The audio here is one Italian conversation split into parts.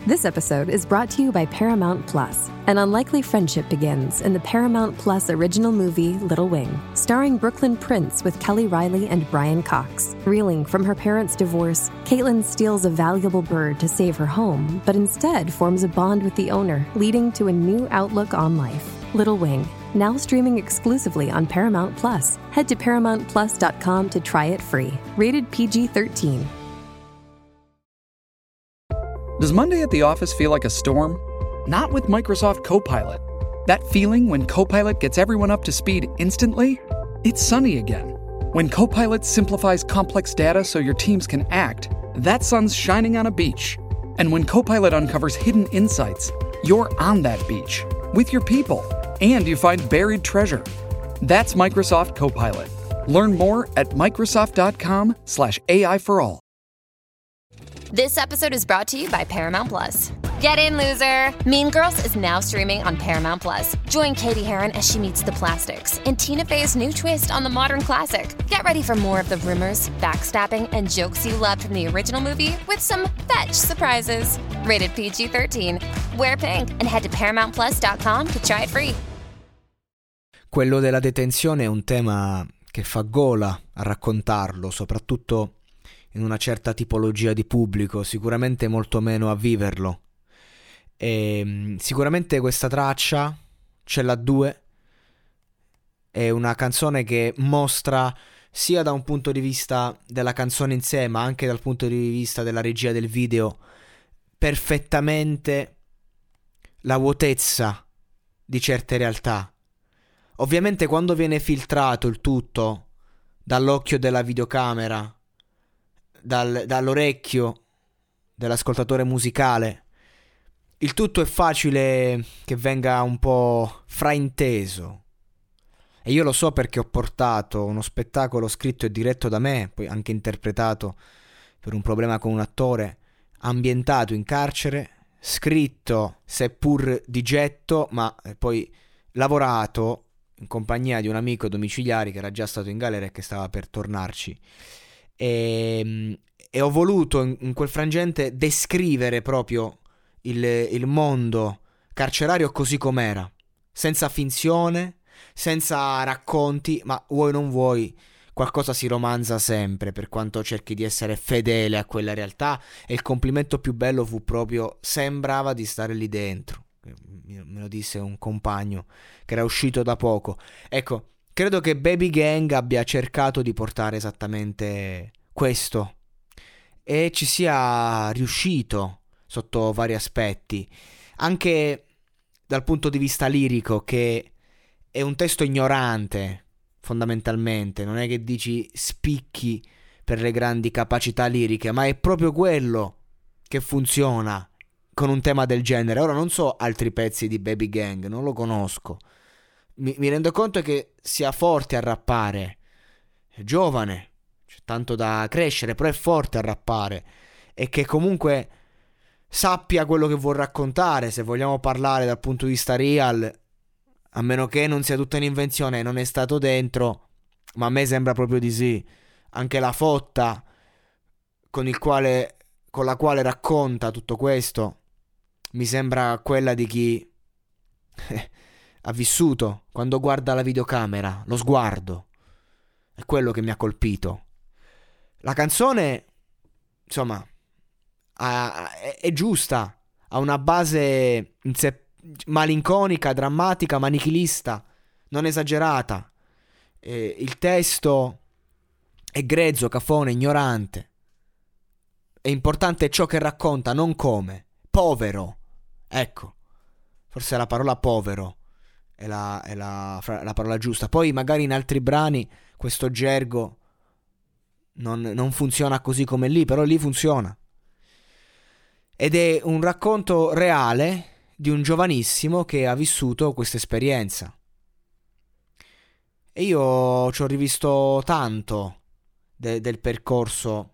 This episode is brought to you by Paramount Plus. An unlikely friendship begins in the Paramount Plus original movie Little Wing, starring Brooklyn Prince with Kelly Riley and Brian Cox. Reeling from her parents' divorce, Caitlin steals a valuable bird to save her home, but instead forms a bond with the owner, leading to a new outlook on life. Little Wing, now streaming exclusively on Paramount Plus. Head to ParamountPlus.com to try it free. Rated PG-13. Does Monday at the office feel like a storm? Not with Microsoft Copilot. That feeling when Copilot gets everyone up to speed instantly? It's sunny again. When Copilot simplifies complex data so your teams can act, that sun's shining on a beach. And when Copilot uncovers hidden insights, you're on that beach with your people, and you find buried treasure. That's Microsoft Copilot. Learn more at Microsoft.com/AI for all. This episode is brought to you by Paramount Plus. Get in, loser! Mean Girls is now streaming on Paramount Plus. Join Katie Heron as she meets the plastics in Tina Fey's new twist on the modern classic. Get ready for more of the rumors, backstabbing, and jokes you loved from the original movie with some fetch surprises. Rated PG-13. Wear pink and head to ParamountPlus.com to try it free. Quello della detenzione è un tema che fa gola a raccontarlo, soprattutto in una certa tipologia di pubblico, sicuramente molto meno a viverlo. E sicuramente questa traccia, Cella 2, è una canzone che mostra, sia da un punto di vista della canzone in sé, ma anche dal punto di vista della regia del video, perfettamente la vuotezza di certe realtà. Ovviamente quando viene filtrato il tutto dall'occhio della videocamera, dall'orecchio dell'ascoltatore musicale, il tutto è facile che venga un po' frainteso. E io lo so perché ho portato uno spettacolo scritto e diretto da me, poi anche interpretato per un problema con un attore, ambientato in carcere, scritto seppur di getto, ma poi lavorato in compagnia di un amico domiciliari che era già stato in galera e che stava per tornarci. E ho voluto in quel frangente descrivere proprio il mondo carcerario così com'era, senza finzione, senza racconti, ma vuoi non vuoi qualcosa si romanza sempre, per quanto cerchi di essere fedele a quella realtà. E il complimento più bello fu proprio: sembrava di stare lì dentro. Me lo disse un compagno che era uscito da poco. Ecco, credo che Baby Gang abbia cercato di portare esattamente questo e ci sia riuscito sotto vari aspetti, anche dal punto di vista lirico, che è un testo ignorante fondamentalmente, non è che dici spicchi per le grandi capacità liriche, ma è proprio quello che funziona con un tema del genere. Ora non so altri pezzi di Baby Gang, non lo conosco. Mi rendo conto che sia forte a rappare, è giovane, c'è tanto da crescere, però è forte a rappare, e che comunque sappia quello che vuol raccontare. Se vogliamo parlare dal punto di vista real, a meno che non sia tutta un'invenzione, non è stato dentro, ma a me sembra proprio di sì. Anche la fotta con la quale racconta tutto questo mi sembra quella di chi ha vissuto. Quando guarda la videocamera, lo sguardo è quello che mi ha colpito. La canzone, insomma, è giusta, ha una base in sé malinconica, drammatica, manichilista, non esagerata. Il testo è grezzo, cafone, ignorante. È importante ciò che racconta, non come. Povero, ecco, forse la parola povero è la parola giusta. Poi magari in altri brani questo gergo non funziona così come lì, però lì funziona. Ed è un racconto reale di un giovanissimo che ha vissuto questa esperienza. E io ci ho rivisto tanto del percorso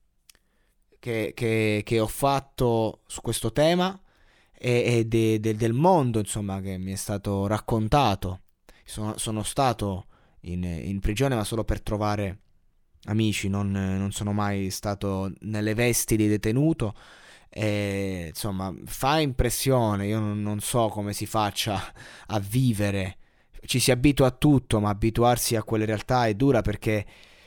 che ho fatto su questo tema e del mondo, insomma, che mi è stato raccontato. Sono stato in prigione, ma solo per trovare amici, non sono mai stato nelle vesti di detenuto. E, insomma, fa impressione. Io non so come si faccia a vivere. Ci si abitua a tutto, ma abituarsi a quelle realtà è dura, perché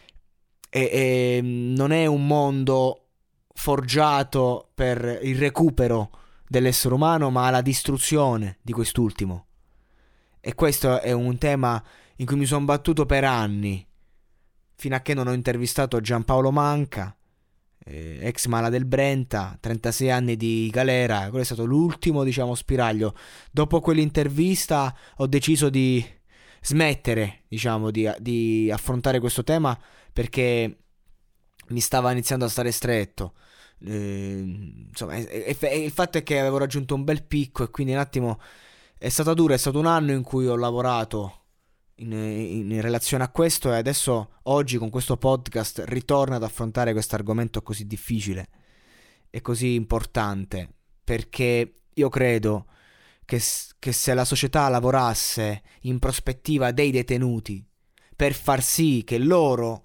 non è un mondo forgiato per il recupero dell'essere umano, ma la distruzione di quest'ultimo. E questo è un tema in cui mi sono battuto per anni, fino a che non ho intervistato Giampaolo Manca, ex mala del Brenta, 36 anni di galera. Quello è stato l'ultimo, diciamo, spiraglio. Dopo quell'intervista ho deciso di smettere, diciamo, di affrontare questo tema, perché mi stava iniziando a stare stretto. Insomma, il fatto è che avevo raggiunto un bel picco, e quindi un attimo è stata dura. È stato un anno in cui ho lavorato in relazione a questo, e adesso, oggi, con questo podcast ritorno ad affrontare questo argomento così difficile e così importante, perché io credo che se la società lavorasse in prospettiva dei detenuti, per far sì che loro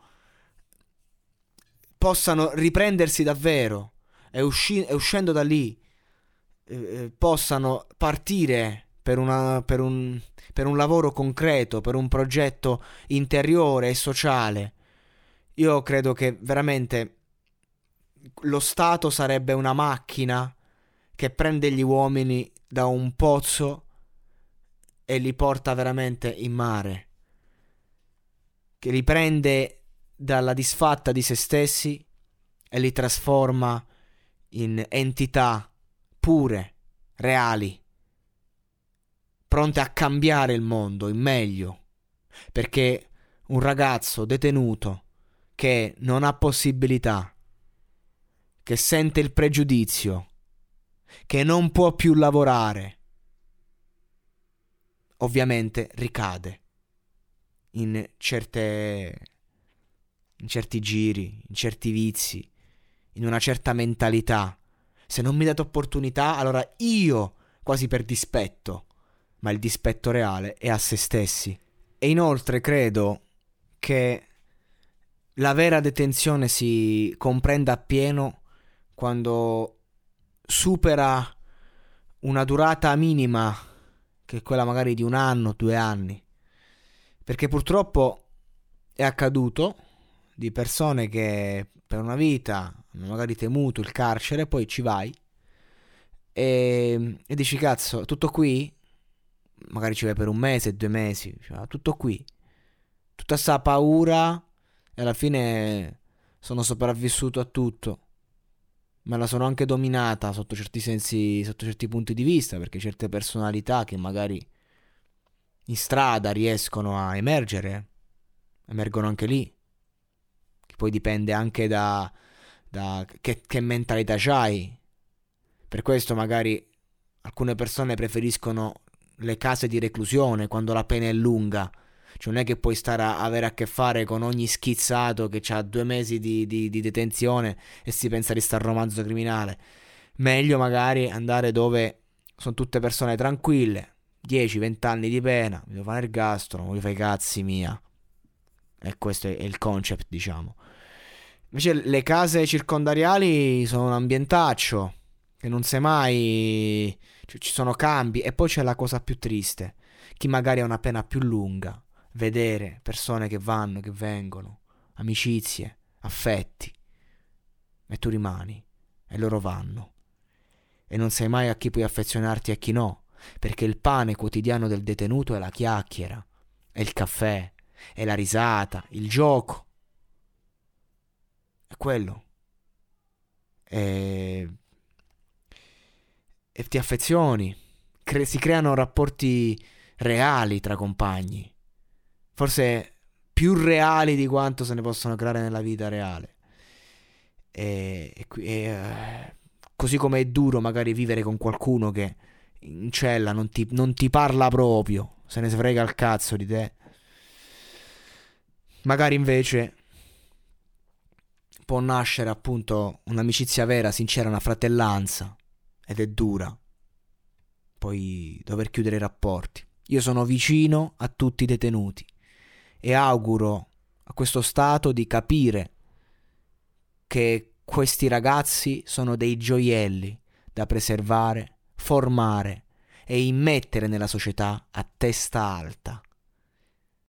possano riprendersi davvero, e uscendo da lì possano partire per un lavoro concreto, per un progetto interiore e sociale, io credo che veramente lo Stato sarebbe una macchina che prende gli uomini da un pozzo e li porta veramente in mare, che li prende dalla disfatta di se stessi e li trasforma in entità pure, reali, pronte a cambiare il mondo in meglio. Perché un ragazzo detenuto che non ha possibilità, che sente il pregiudizio, che non può più lavorare, ovviamente ricade in certi giri, in certi vizi, in una certa mentalità. Se non mi date opportunità, allora io, quasi per dispetto, ma il dispetto reale è a se stessi. E inoltre credo che la vera detenzione si comprenda appieno quando supera una durata minima, che è quella magari di 1 anno, 2 anni. Perché purtroppo è accaduto di persone che per una vita hanno magari temuto il carcere, poi ci vai e dici cazzo, tutto qui? Magari ci vai per 1 mese, 2 mesi, cioè, tutto qui, tutta sta paura, e alla fine sono sopravvissuto a tutto. Me la sono anche dominata sotto certi sensi, sotto certi punti di vista, perché certe personalità che magari in strada riescono a emergere, emergono anche lì. Che poi dipende anche da che mentalità c'hai. Per questo magari alcune persone preferiscono le case di reclusione quando la pena è lunga. Cioè non è che puoi stare a avere a che fare con ogni schizzato che ha 2 mesi di detenzione e si pensa di stare al romanzo criminale. Meglio magari andare dove sono tutte persone tranquille, 10-20 anni di pena, mi devo fare l'ergastolo, non voglio fare i cazzi mia. E questo è il concept, diciamo. Invece le case circondariali sono un ambientaccio che non sai mai, cioè, ci sono cambi. E poi c'è la cosa più triste: chi magari ha una pena più lunga, vedere persone che vanno, che vengono, amicizie, affetti, e tu rimani e loro vanno, e non sai mai a chi puoi affezionarti e a chi no, perché il pane quotidiano del detenuto è la chiacchiera, è il caffè, è la risata, il gioco, è quello. E ti affezioni, si creano rapporti reali tra compagni, forse più reali di quanto se ne possono creare nella vita reale. Così come è duro magari vivere con qualcuno che in cella non ti parla proprio, se ne frega il cazzo di te, magari invece può nascere appunto un'amicizia vera, sincera, una fratellanza, ed è dura poi dover chiudere i rapporti. Io sono vicino a tutti i detenuti e auguro a questo Stato di capire che questi ragazzi sono dei gioielli da preservare, formare e immettere nella società a testa alta.